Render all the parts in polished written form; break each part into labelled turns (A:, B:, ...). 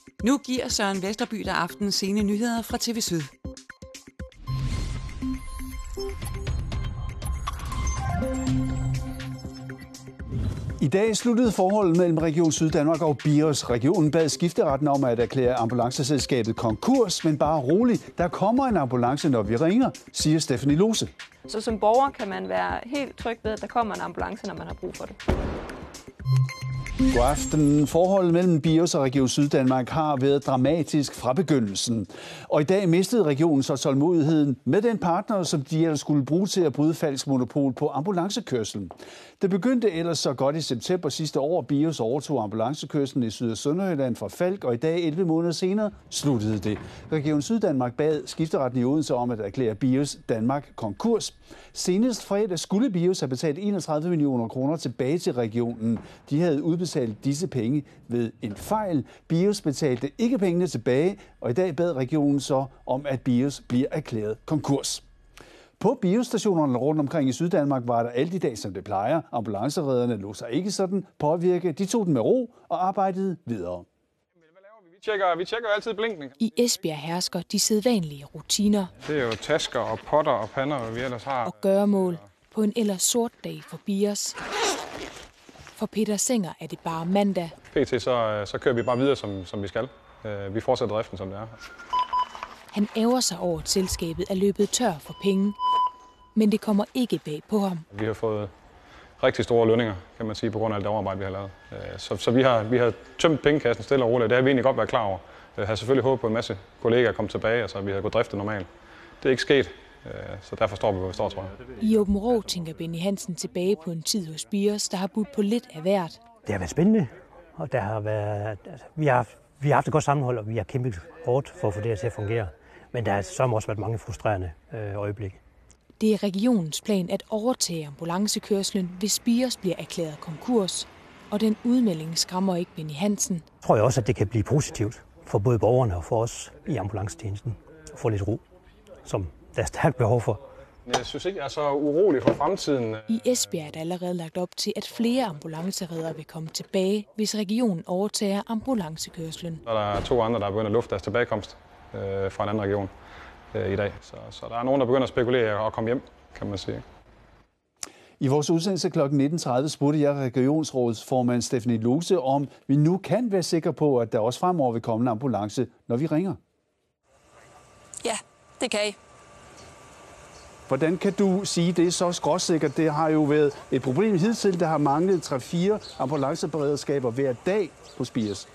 A: Nu giver Søren Vesterby dig aftens sene nyheder fra TV Syd.
B: I dag sluttede forholdet mellem Region Syddanmark og BIOS. Regionen bad skifteretten om at erklære ambulanceselskabet konkurs, men bare rolig. Der kommer en ambulance, når vi ringer, siger Stephanie Lose.
C: Så som borger kan man være helt tryg ved, at der kommer en ambulance, når man har brug for det.
B: God aften. Forholdet mellem BIOS og Region Syddanmark har været dramatisk fra begyndelsen. Og i dag mistede regionen så tålmodigheden med den partner, som de ellers skulle bruge til at bryde falsk monopol på ambulancekørslen. Det begyndte ellers så godt i september sidste år. BIOS overtog ambulancekørslen i Syd- og Sønderjylland fra Falck, og i dag, 11 måneder senere, sluttede det. Region Syddanmark bad skifteretten i Odense om at erklære BIOS Danmark konkurs. Senest fredag skulle BIOS have betalt 31 millioner kroner tilbage til regionen. De havde udbetalt disse penge ved en fejl. BIOS betalte ikke pengene tilbage, og i dag bad regionen så om, at BIOS bliver erklæret konkurs. På BIOS-stationerne rundt omkring i Syddanmark var der alt i dag, som det plejer. Ambulanceredderne lå sig ikke sådan påvirke. De tog den med ro og arbejdede videre.
D: Vi tjekker altid blinkning.
E: I Esbjerg hersker de sædvanlige rutiner.
D: Det er jo tasker og potter og pander, hvad vi ellers har.
E: Og gøremål på en ellers sort dag for BIOS. For Peter Senger er det bare mandag.
D: PT, så kører vi bare videre, som vi skal. Vi fortsætter driften, som det er.
E: Han ærger sig over, at selskabet er løbet tør for penge. Men det kommer ikke bag på ham.
D: Vi har fået rigtig store lønninger, kan man sige, på grund af alt det overarbejde, vi har lavet. Så vi har tømt pengekassen stille og roligt. Det har vi egentlig godt været klar over. Jeg har selvfølgelig håbet på en masse kollegaer at komme tilbage, så vi har gået driftet normalt. Det er ikke sket, så derfor står vi, hvor vi står, tror jeg.
E: I Åben Rå tænker Benny Hansen tilbage på en tid hos BIOS, der har budt på lidt af hvert.
F: Det har været spændende, og der har været, vi har haft et godt sammenhold, og vi har kæmpet hårdt for at få det til at fungere. Men der har så også været mange frustrerende øjeblikke.
E: Det er regionens plan at overtage ambulancekørslen, hvis BIOS bliver erklæret konkurs. Og den udmelding skræmmer ikke Benny Hansen.
F: Jeg tror også, at det kan blive positivt for både borgerne og for os i ambulancetjenesten. At få lidt ro, som der er stærkt behov for.
D: Jeg synes ikke, jeg er så urolig for fremtiden.
E: I Esbjerg er der allerede lagt op til, at flere ambulancereddere vil komme tilbage, hvis regionen overtager ambulancekørslen.
D: Og der er 2 andre, der er begyndt at lufte deres tilbagekomst fra en anden region i dag. Så der er nogen, der begynder at spekulere og komme hjem, kan man sige.
B: I vores udsendelse kl. 19.30 spurgte jeg regionsrådsformand Stephanie Lose, om vi nu kan være sikre på, at der også fremover vil komme en ambulance, når vi ringer.
C: Ja, det kan I.
B: Hvordan kan du sige det så skråsikkert? Det har jo været et problem hidtil. Der har manglet 3-4 ambulanceberedskaber hver dag på BIOS.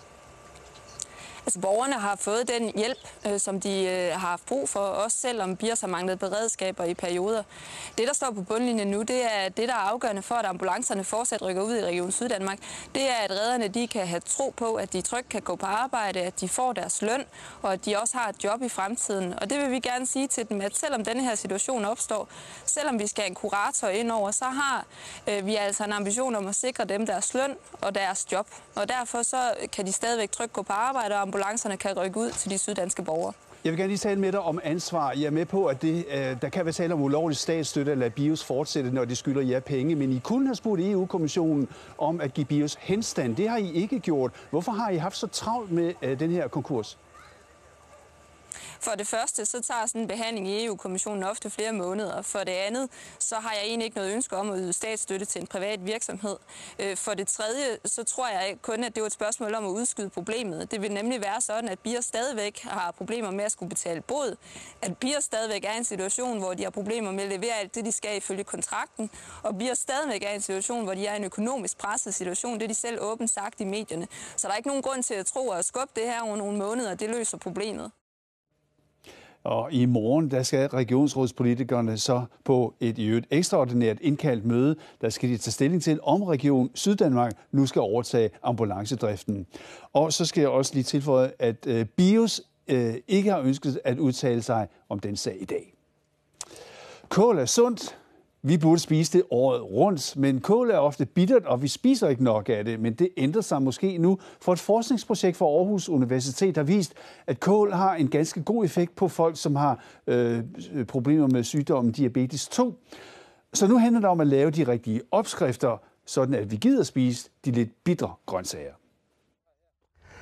C: Altså, borgerne har fået den hjælp, som de har haft brug for, også selvom BIOS har manglet beredskaber i perioder. Det, der står på bundlinjen nu, det er det, der er afgørende for, at ambulancerne fortsat rykker ud i Region Syddanmark. Det er, at redderne de kan have tro på, at de trygt kan gå på arbejde, at de får deres løn, og at de også har et job i fremtiden. Og det vil vi gerne sige til dem, at selvom denne her situation opstår, selvom vi skal have en kurator ind over, så har vi altså en ambition om at sikre dem deres løn og deres job. Og derfor så kan de stadigvæk trygt gå på arbejde, og ambulancerne kan rykke ud til de syddanske borgere.
B: Jeg vil gerne lige tale med dig om ansvar. Jeg er med på, at der kan være tale om ulovlig statsstøtte at lade BIOS fortsætte, når de skylder jer penge. Men I kunne have spurgt EU-kommissionen om at give BIOS henstand. Det har I ikke gjort. Hvorfor har I haft så travlt med den her konkurs?
C: For det første, så tager sådan en behandling i EU-kommissionen ofte flere måneder. For det andet, så har jeg egentlig ikke noget ønske om at yde statsstøtte til en privat virksomhed. For det tredje, så tror jeg kun, at det var et spørgsmål om at udskyde problemet. Det vil nemlig være sådan, at BIOS stadigvæk har problemer med at skulle betale bod. At BIOS stadigvæk er i en situation, hvor de har problemer med at levere alt det, de skal ifølge kontrakten. Og BIOS stadigvæk er i en situation, hvor de er i en økonomisk presset situation. Det er de selv åbent sagt i medierne. Så der er ikke nogen grund til at tro og skubbe det her over nogle måneder. Det løser problemet.
B: Og i morgen, der skal regionsrådspolitikerne så på et i øvrigt ekstraordinært indkaldt møde, der skal de tage stilling til, om Region Syddanmark nu skal overtage ambulancedriften. Og så skal jeg også lige tilføje, at BIOS ikke har ønsket at udtale sig om den sag i dag. Kål er sundt. Vi burde spise det året rundt, men kål er ofte bittert, og vi spiser ikke nok af det. Men det ændrer sig måske nu, for et forskningsprojekt fra Aarhus Universitet har vist, at kål har en ganske god effekt på folk, som har problemer med sygdommen diabetes 2. Så nu handler det om at lave de rigtige opskrifter, sådan at vi gider spise de lidt bitre grøntsager.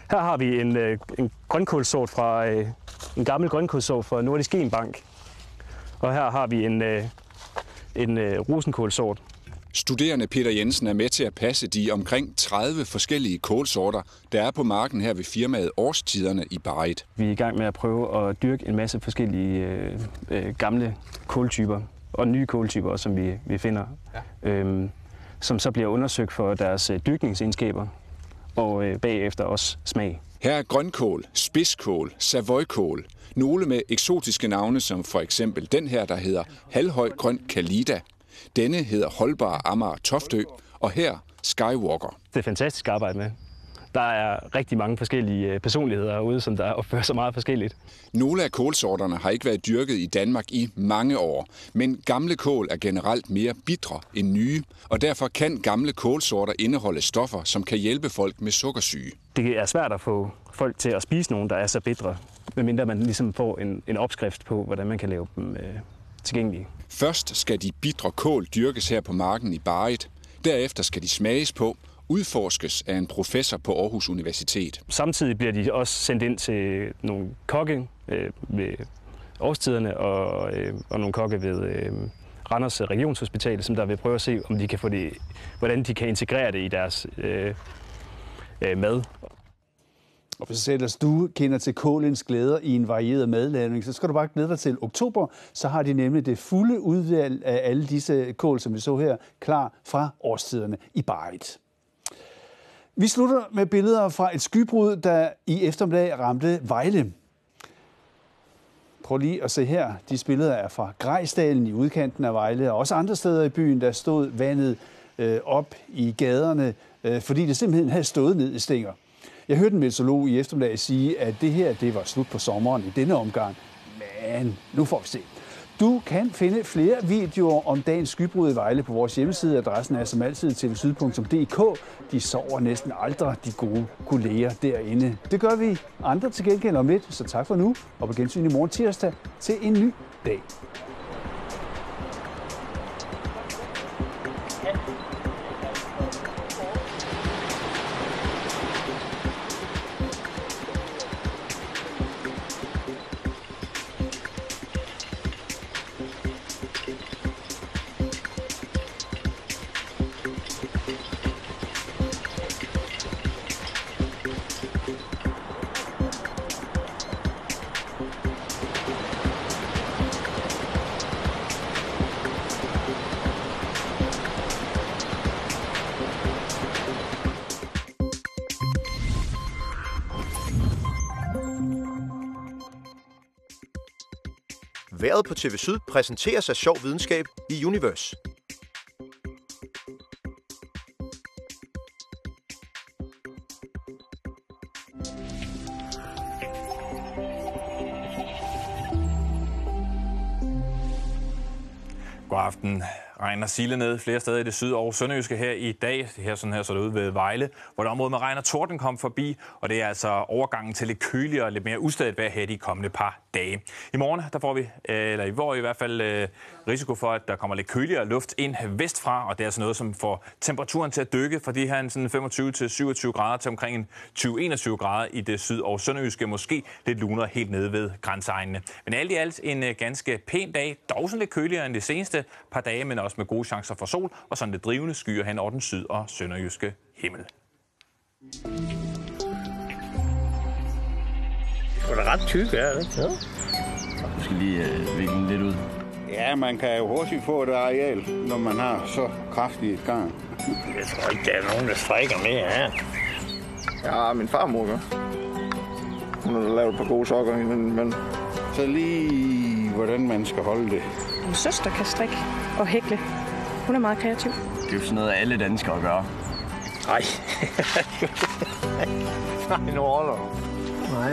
G: Her har vi en grønkålsort fra en gammel grønkålsort fra Nordisk Genbank. Og her har vi en rosenkålsort.
H: Studerende Peter Jensen er med til at passe de omkring 30 forskellige kålsorter, der er på marken her ved firmaet Årstiderne i Barrit.
G: Vi er i gang med at prøve at dyrke en masse forskellige gamle kåltyper og nye kåltyper, som vi finder, som så bliver undersøgt for deres dyrkningsegenskaber og bagefter også smag.
H: Her er grønkål, spidskål, savoykål. Nogle med eksotiske navne, som for eksempel den her, der hedder halvhøj grøn Kalida. Denne hedder holdbar Amager Toftø, og her Skywalker.
G: Det er fantastisk at arbejde med. Der er rigtig mange forskellige personligheder herude, som der opfører sig meget forskelligt.
H: Nogle af kålsorterne har ikke været dyrket i Danmark i mange år, men gamle kål er generelt mere bitre end nye, og derfor kan gamle kålsorter indeholde stoffer, som kan hjælpe folk med sukkersyge.
G: Det er svært at få folk til at spise nogen, der er så bitre, medmindre man ligesom får en opskrift på, hvordan man kan lave dem tilgængelige.
H: Først skal de bitre kål dyrkes her på marken i Barrit. Derefter skal de smages på, udforskes af en professor på Aarhus Universitet.
G: Samtidig bliver de også sendt ind til nogle kokke ved Årstiderne og nogle kokke ved Randers Regionshospital, som der vil prøve at se, om de kan få det, hvordan de kan integrere det i deres mad.
B: Og hvis ellers du kender til kålens glæder i en varieret madlavning, så skal du bare glæde dig til oktober. Så har de nemlig det fulde udvalg af alle disse kål, som vi så her, klar fra Årstiderne i Barrit. Vi slutter med billeder fra et skybrud, der i eftermiddag ramte Vejle. Prøv lige at se her. De billeder er fra Grejsdalen i udkanten af Vejle, og også andre steder i byen, der stod vandet op i gaderne, fordi det simpelthen havde stået ned i stænger. Jeg hørte en meteorolog i eftermiddag sige, at det her det var slut på sommeren i denne omgang. Men nu får vi se. Du kan finde flere videoer om dagens skybrud i Vejle på vores hjemmeside. Adressen er som altid tvsyd.dk. De sover næsten aldrig, de gode kolleger derinde. Det gør vi andre til gengæld om lidt, så tak for nu. Og på gensyn i morgen tirsdag til en ny dag.
I: Vejret på TV Syd præsenteres af Sjov Videnskab i Univers.
J: God aften. Regner silende ned flere steder i det syd- og sønderjyske her i dag. Her så det ud ved Vejle, hvor et område med regn og torden kom forbi, og det er altså overgangen til lidt køligere og lidt mere ustadigt vejr her de kommende par dage. I morgen der får vi, eller i vår i hvert fald, risiko for, at der kommer lidt køligere luft ind vestfra, og det er altså noget, som får temperaturen til at dykke fra de her sådan 25-27 grader til omkring en 20-21 grader i det syd- og sønderjyske, måske lidt lunere helt nede ved grænseegnene. Men alt i alt en ganske pæn dag, dog sådan lidt køligere end de seneste par dage, men også med gode chancer for sol og sådan lidt drivende skyer hen over den syd- og sønderjyske himmel.
K: Det er ret tyk, er det? Ja.
L: Du skal lige vikle lidt ud.
K: Ja, man kan jo hurtigt få et areal, når man har så kraftigt et garn. Jeg tror ikke, der er nogen, der strikker mere her.
M: Ja, min farmor gør. Hun har lavet et par gode sokker, men
K: så lige hvordan man skal holde det.
N: Min søster kan strikke og hækle. Hun er meget kreativ.
L: Det er jo sådan noget, alle danskere gør.
K: Nej. Nej, nu holder du.
N: Nej.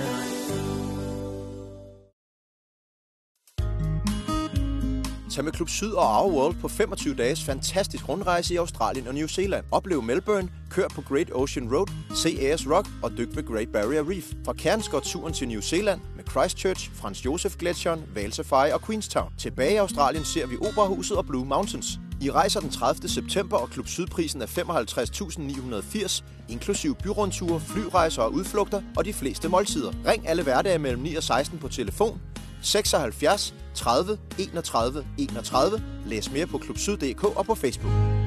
I: Tag med Klub Syd og Our World på 25 dages fantastisk rundrejse i Australien og New Zealand. Oplev Melbourne, kør på Great Ocean Road, se Ayers Rock og dyk ved Great Barrier Reef. Fra Cairnscott-turen til New Zealand med Christchurch, Franz Josef Gletsjeren, Whale Safari og Queenstown. Tilbage i Australien ser vi Operahuset og Blue Mountains. I rejser den 30. september, og Klub Syd-prisen er 55.980, inklusiv byrundture, flyrejser og udflugter og de fleste måltider. Ring alle hverdage mellem 9 og 16 på telefon 76 30 31 31. Læs mere på klubsyd.dk og på Facebook.